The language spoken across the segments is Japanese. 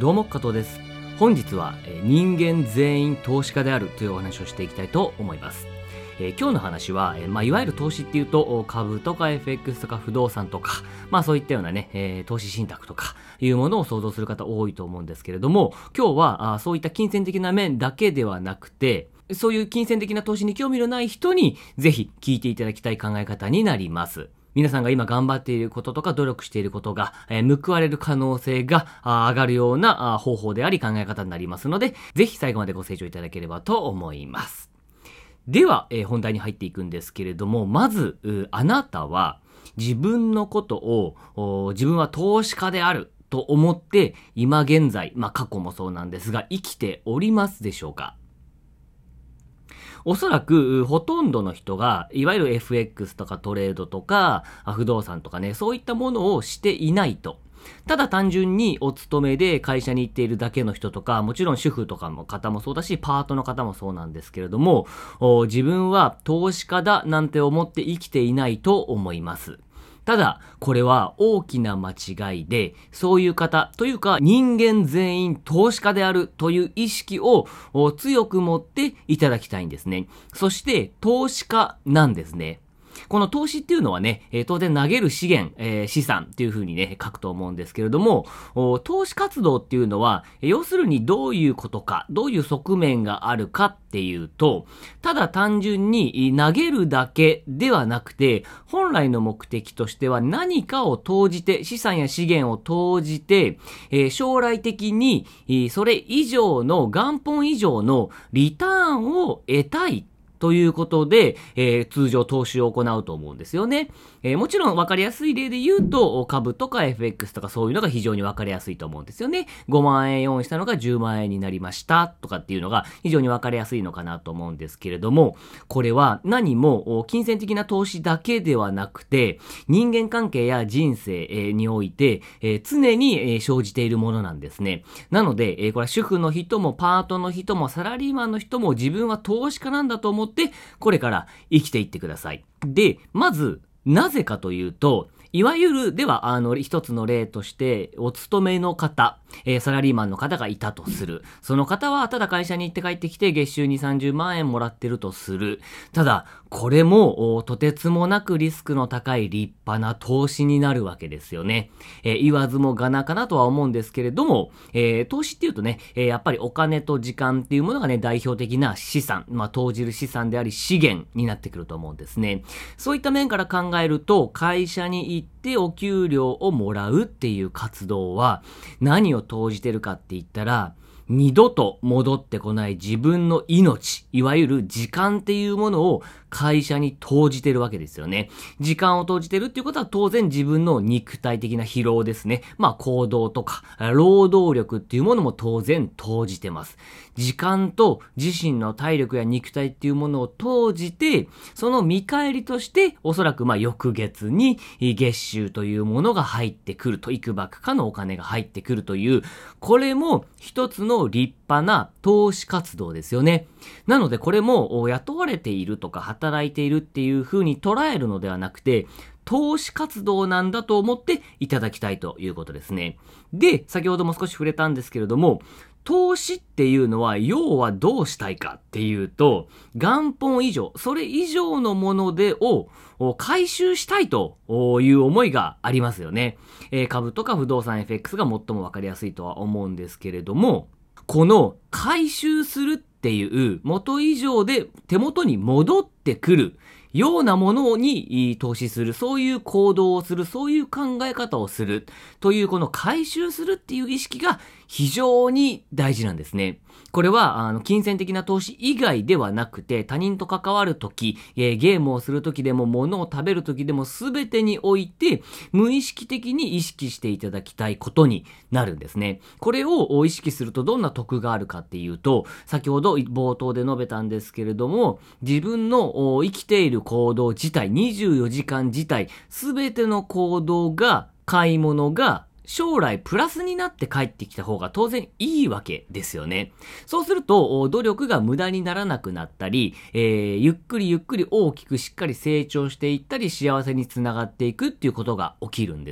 どうも加藤です。本日は人間全員投資家であるというお話をしていきたいと思います。今日の話は、いわゆる投資っていうと株とか FX とか不動産とか、そういったようなね、投資信託とかいうものを想像する方多いと思うんですけれども、今日はそういった金銭的な面だけではなくて、そういう金銭的な投資に興味のない人にぜひ聞いていただきたい考え方になります。皆さんが今頑張っていることとか努力していることが、報われる可能性が上がるような方法であり考え方になりますので、ぜひ最後までご清聴いただければと思います。では、本題に入っていくんですけれども、まず、あなたは自分のことを自分は投資家であると思って今現在、過去もそうなんですが生きておりますでしょうか？おそらくほとんどの人がいわゆる FX とかトレードとか不動産とかね、そういったものをしていないと。ただ単純にお勤めで会社に行っているだけの人とか、もちろん主婦とかの方もそうだし、パートの方もそうなんですけれども、自分は投資家だなんて思って生きていないと思います。ただ、これは大きな間違いで、そういう方というか人間全員投資家であるという意識を強く持っていただきたいんですね。そして投資家なんですね。この投資っていうのはね、当然投げる資源、資産っていう風にね、書くと思うんですけれども、投資活動っていうのは、要するにどういうことか、どういう側面があるかっていうと、ただ単純に投げるだけではなくて、本来の目的としては何かを投じて、資産や資源を投じて、将来的に、それ以上の、元本以上のリターンを得たいということで、通常投資を行うと思うんですよね。もちろん分かりやすい例で言うと、株とか FX とかそういうのが非常に分かりやすいと思うんですよね。5万円用意したのが10万円になりましたとかっていうのが非常に分かりやすいのかなと思うんですけれども、これは何も金銭的な投資だけではなくて、人間関係や人生において、常に生じているものなんですね。なので、これは主婦の人もパートの人もサラリーマンの人も自分は投資家なんだと思ってこれから生きていってください。で、まずなぜかというと、いわゆる、では、一つの例として、お勤めの方、サラリーマンの方がいたとする。その方は、ただ会社に行って帰ってきて、月収2、30万円もらってるとする。ただ、これも、とてつもなくリスクの高い立派な投資になるわけですよね。言わずもがなかなとは思うんですけれども、投資っていうとね、やっぱりお金と時間っていうものがね、代表的な資産、投じる資産であり資源になってくると思うんですね。そういった面から考えると、会社に行ってお給料をもらうっていう活動は何を投じてるかって言ったら、二度と戻ってこない自分の命、いわゆる時間っていうものを会社に投じてるわけですよね。時間を投じてるっていうことは当然自分の肉体的な疲労ですね。行動とか労働力っていうものも当然投じてます。時間と自身の体力や肉体っていうものを投じて、その見返りとしておそらく翌月に月収というものが入ってくると、いくばくかのお金が入ってくるという、これも一つの立派な投資活動ですよね。なのでこれも雇われているとか働いているっていう風に捉えるのではなくて、投資活動なんだと思っていただきたいということですね。で、先ほども少し触れたんですけれども、投資っていうのは要はどうしたいかっていうと、元本以上、それ以上のものを回収したいという思いがありますよね。株とか不動産 FX が最もわかりやすいとは思うんですけれども、この回収するっていう元以上で手元に戻ってくるようなものに投資する、そういう行動をする、そういう考え方をするという、この回収するっていう意識が非常に大事なんですね。これは金銭的な投資以外ではなくて、他人と関わるとき、ゲームをするときでも物を食べるときでも全てにおいて無意識的に意識していただきたいことになるんですね。これを意識するとどんな得があるかっていうと、先ほど冒頭で述べたんですけれども、自分の生きている行動自体、24時間自体、全ての行動が、買い物が将来プラスになって帰ってきた方が当然いいわけですよね。そうすると努力が無駄にならなくなったり、ゆっくりゆっくり大きくしっかり成長していったり幸せにつながっていくっていうことが起きるんですね。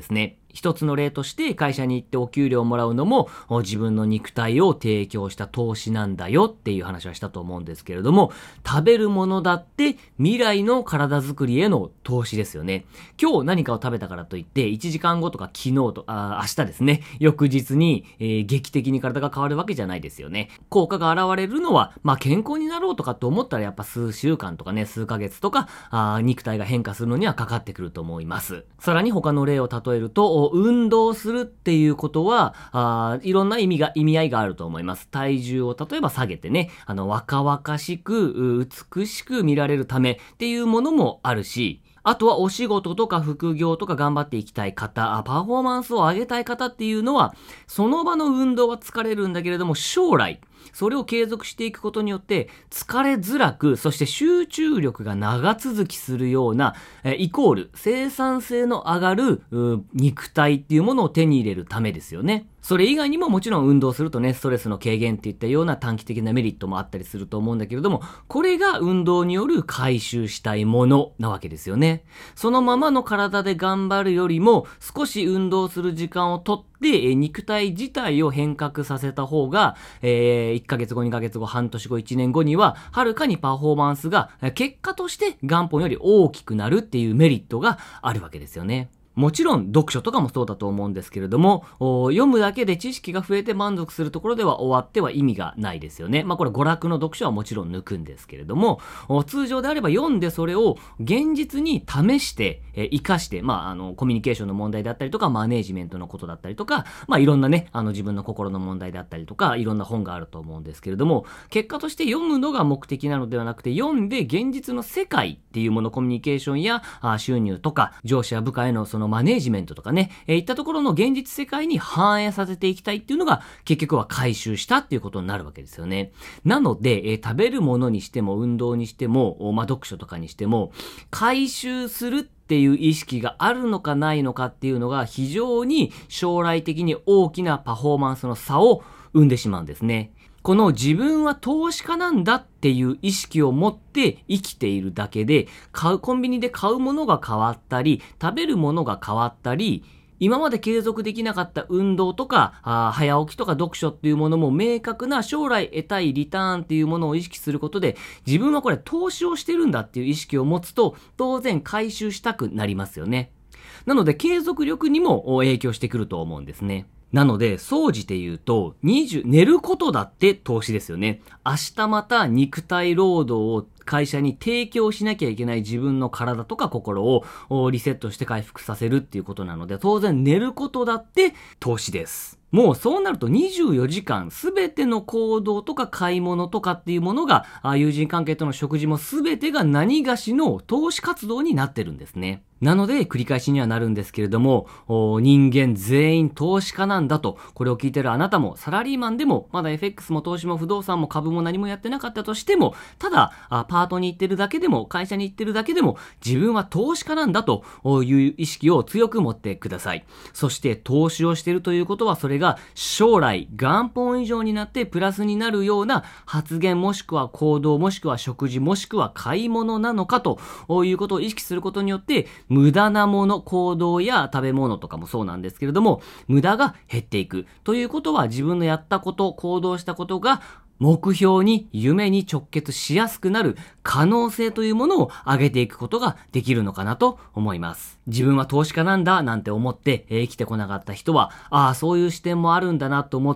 一つの例として会社に行ってお給料をもらうのも自分の肉体を提供した投資なんだよっていう話はしたと思うんですけれども、食べるものだって未来の体づくりへの投資ですよね。今日何かを食べたからといって1時間後とか昨日と明日ですね、翌日に、劇的に体が変わるわけじゃないですよね。効果が現れるのは健康になろうとかって思ったらやっぱ数週間とかね、数ヶ月とか肉体が変化するのにはかかってくると思います。さらに他の例を例えると、運動するっていうことはいろんな意味合いがあると思います。体重を例えば下げてね、若々しく美しく見られるためっていうものもあるし、あとはお仕事とか副業とか頑張っていきたい方、パフォーマンスを上げたい方っていうのは、その場の運動は疲れるんだけれども、将来それを継続していくことによって疲れづらく、そして集中力が長続きするような、イコール生産性の上がる肉体っていうものを手に入れるためですよね。それ以外にももちろん運動するとね、ストレスの軽減っていったような短期的なメリットもあったりすると思うんだけれども、これが運動による回収したいものなわけですよね。そのままの体で頑張るよりも少し運動する時間をとって肉体自体を変革させた方が、1ヶ月後、2ヶ月後、半年後、1年後にははるかにパフォーマンスが結果として元本より大きくなるっていうメリットがあるわけですよね。もちろん読書とかもそうだと思うんですけれども、読むだけで知識が増えて満足するところでは終わっては意味がないですよね。これ娯楽の読書はもちろん抜くんですけれども、通常であれば読んでそれを現実に試して、活かして、コミュニケーションの問題であったりとか、マネージメントのことだったりとか、いろんなね、自分の心の問題であったりとか、いろんな本があると思うんですけれども、結果として読むのが目的なのではなくて、読んで現実の世界っていうもの、コミュニケーションや収入とか、上司や部下へのそのマネージメントとかね、いったところの現実世界に反映させていきたいっていうのが結局は回収したっていうことになるわけですよね。なので、食べるものにしても運動にしても、読書とかにしても回収するっていう意識があるのかないのかっていうのが非常に将来的に大きなパフォーマンスの差を生んでしまうんですね。この自分は投資家なんだっていう意識を持って生きているだけで、コンビニで買うものが変わったり、食べるものが変わったり、今まで継続できなかった運動とか、早起きとか読書っていうものも明確な将来得たいリターンっていうものを意識することで、自分はこれ投資をしてるんだっていう意識を持つと、当然回収したくなりますよね。なので継続力にも影響してくると思うんですね。なので、総じて言うと、寝ることだって投資ですよね。明日また肉体労働を会社に提供しなきゃいけない自分の体とか心をリセットして回復させるっていうことなので、当然寝ることだって投資です。もうそうなると24時間すべての行動とか買い物とかっていうものが、友人関係との食事もすべてが何がしの投資活動になってるんですね。なので繰り返しにはなるんですけれども、人間全員投資家なんだと、これを聞いてるあなたもサラリーマンでもまだ FX も投資も不動産も株も何もやってなかったとしても、ただパートに行ってるだけでも会社に行ってるだけでも自分は投資家なんだという意識を強く持ってください。そして投資をしているということは、それが将来元本以上になってプラスになるような発言もしくは行動もしくは食事もしくは買い物なのかということを意識することによって、無駄なもの、行動や食べ物とかもそうなんですけれども、無駄が減っていくということは、自分のやったこと、行動したことが目標に、夢に直結しやすくなる可能性というものを上げていくことができるのかなと思います。自分は投資家なんだなんて思って、生きてこなかった人は、そういう視点もあるんだなと思って、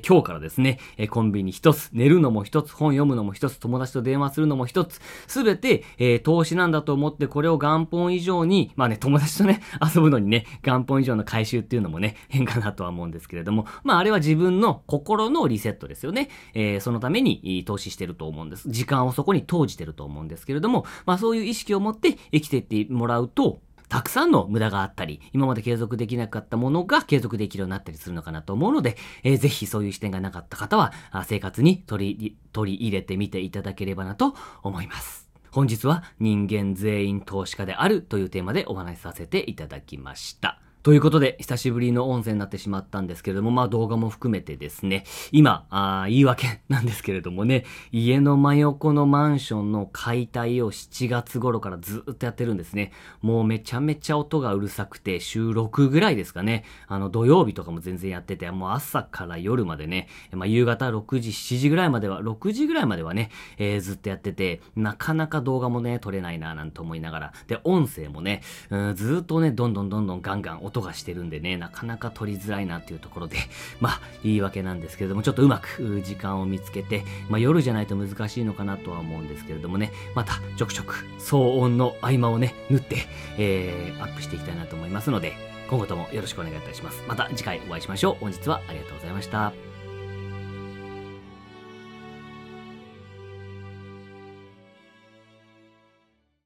今日からですね、コンビニ一つ、寝るのも一つ、本読むのも一つ、友達と電話するのも一つ、すべて、投資なんだと思って、これを元本以上に、友達とね、遊ぶのにね、元本以上の回収っていうのもね、変かなとは思うんですけれども、あれは自分の心のリセットですよね。そのために投資してると思うんです。時間をそこに投じてると思うんですけれども、そういう意識を持って生きていってもらうと、たくさんの無駄があったり、今まで継続できなかったものが継続できるようになったりするのかなと思うので、ぜひそういう視点がなかった方は、生活に取り入れてみていただければなと思います。本日は人間全員投資家であるというテーマでお話しさせていただきました。 ということで、久しぶりの音声になってしまったんですけれども、まあ動画も含めてですね、今、言い訳なんですけれどもね、家の真横のマンションの解体を7月頃からずっとやってるんですね。もうめちゃめちゃ音がうるさくて、週6ぐらいですかね。土曜日とかも全然やってて、もう朝から夜までね、まあ夕方6時、7時ぐらいまでは、6時ぐらいまではね、ずっとやってて、なかなか動画もね、撮れないななんて思いながら、で、音声もね、ずっとね、どんどんガンガン音がしてるんでね、なかなか撮りづらいなっていうところで、まあ、言い訳なんですけれども、ちょっとうまく時間を見つけて、まあ、夜じゃないと難しいのかなとは思うんですけれどもね、また、ちょくちょく、騒音の合間をね、縫って、アップしていきたいなと思いますので、今後ともよろしくお願いいたします。また次回お会いしましょう。本日はありがとうございました。